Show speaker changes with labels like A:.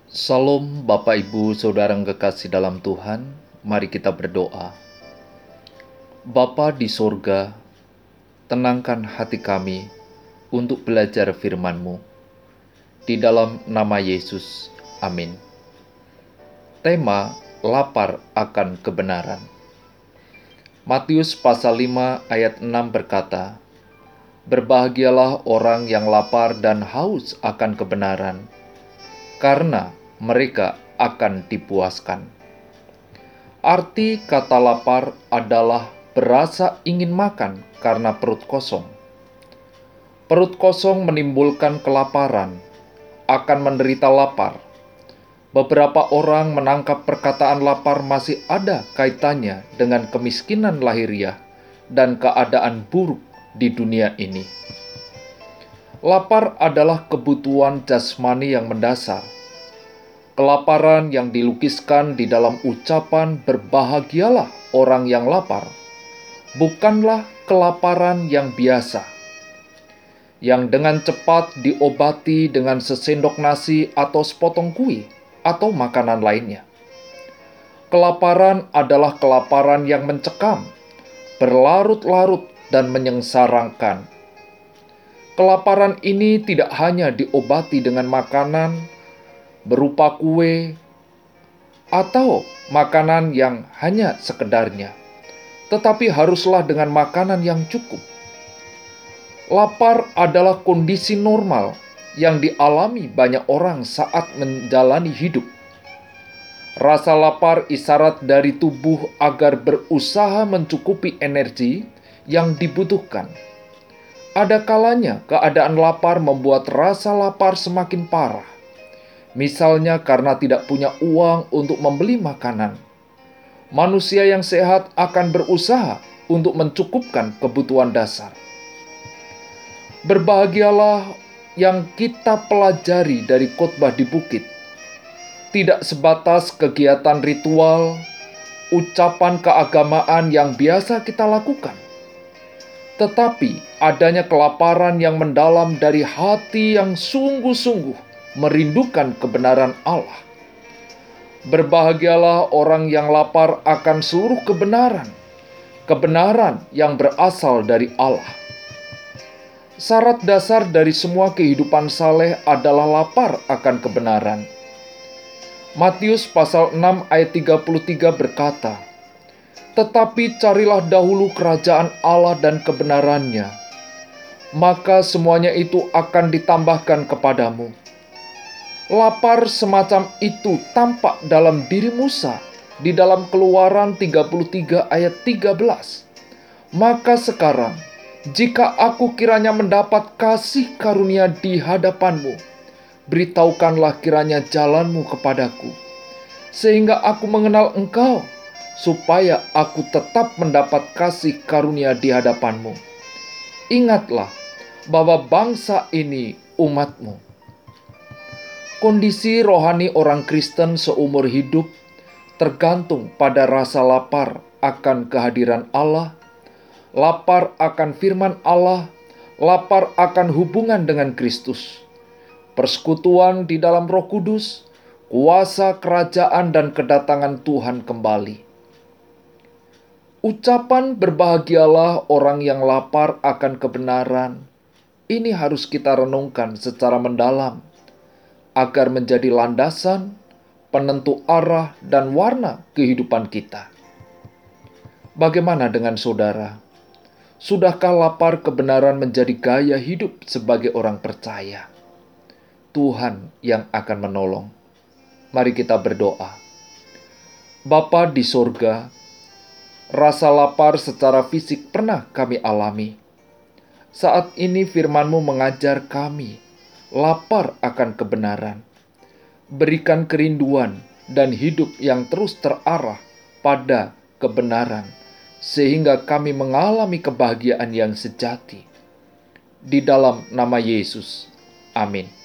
A: Salam Bapak Ibu Saudara yang kekasih dalam Tuhan, mari kita berdoa. Bapa di sorga, tenangkan hati kami untuk belajar firman-Mu. Di dalam nama Yesus, amin. Tema, lapar akan kebenaran. Matius pasal 5 ayat 6 berkata, "Berbahagialah orang yang lapar dan haus akan kebenaran, karena mereka akan dipuaskan." Arti kata lapar adalah berasa ingin makan karena perut kosong. Perut kosong menimbulkan kelaparan, akan menderita lapar. Beberapa orang menangkap perkataan lapar masih ada kaitannya dengan kemiskinan lahiriah dan keadaan buruk di dunia ini. Lapar adalah kebutuhan jasmani yang mendasar. Kelaparan yang dilukiskan di dalam ucapan "berbahagialah orang yang lapar" bukanlah kelaparan yang biasa, yang dengan cepat diobati dengan sesendok nasi atau sepotong kue atau makanan lainnya. Kelaparan adalah kelaparan yang mencekam, berlarut-larut, dan menyengsarakan. Kelaparan ini tidak hanya diobati dengan makanan berupa kue atau makanan yang hanya sekedarnya, tetapi haruslah dengan makanan yang cukup. Lapar adalah kondisi normal yang dialami banyak orang saat menjalani hidup. Rasa lapar isyarat dari tubuh agar berusaha mencukupi energi yang dibutuhkan. Ada kalanya keadaan lapar membuat rasa lapar semakin parah. Misalnya karena tidak punya uang untuk membeli makanan. Manusia yang sehat akan berusaha untuk mencukupkan kebutuhan dasar. Berbahagialah yang kita pelajari dari khotbah di bukit. Tidak sebatas kegiatan ritual, ucapan keagamaan yang biasa kita lakukan, tetapi adanya kelaparan yang mendalam dari hati yang sungguh-sungguh merindukan kebenaran Allah. Berbahagialah orang yang lapar akan seluruh kebenaran, kebenaran yang berasal dari Allah. Syarat dasar dari semua kehidupan saleh adalah lapar akan kebenaran. Matius pasal 6 ayat 33 berkata, "Tetapi carilah dahulu kerajaan Allah dan kebenarannya, maka semuanya itu akan ditambahkan kepadamu." Lapar semacam itu tampak dalam diri Musa di dalam Keluaran 33 ayat 13. "Maka sekarang, jika aku kiranya mendapat kasih karunia di hadapanmu, beritahukanlah kiranya jalanmu kepadaku, sehingga aku mengenal engkau, supaya aku tetap mendapat kasih karunia di hadapanmu. Ingatlah bahwa bangsa ini umatmu." Kondisi rohani orang Kristen seumur hidup tergantung pada rasa lapar akan kehadiran Allah, lapar akan firman Allah, lapar akan hubungan dengan Kristus, persekutuan di dalam Roh Kudus, kuasa kerajaan dan kedatangan Tuhan kembali. Ucapan "berbahagialah orang yang lapar akan kebenaran" ini harus kita renungkan secara mendalam, agar menjadi landasan, penentu arah, dan warna kehidupan kita. Bagaimana dengan saudara? Sudahkah lapar kebenaran menjadi gaya hidup sebagai orang percaya? Tuhan yang akan menolong. Mari kita berdoa. Bapa di sorga, rasa lapar secara fisik pernah kami alami. Saat ini firman-Mu mengajar kami lapar akan kebenaran. Berikan kerinduan dan hidup yang terus terarah pada kebenaran, sehingga kami mengalami kebahagiaan yang sejati. Di dalam nama Yesus. Amin.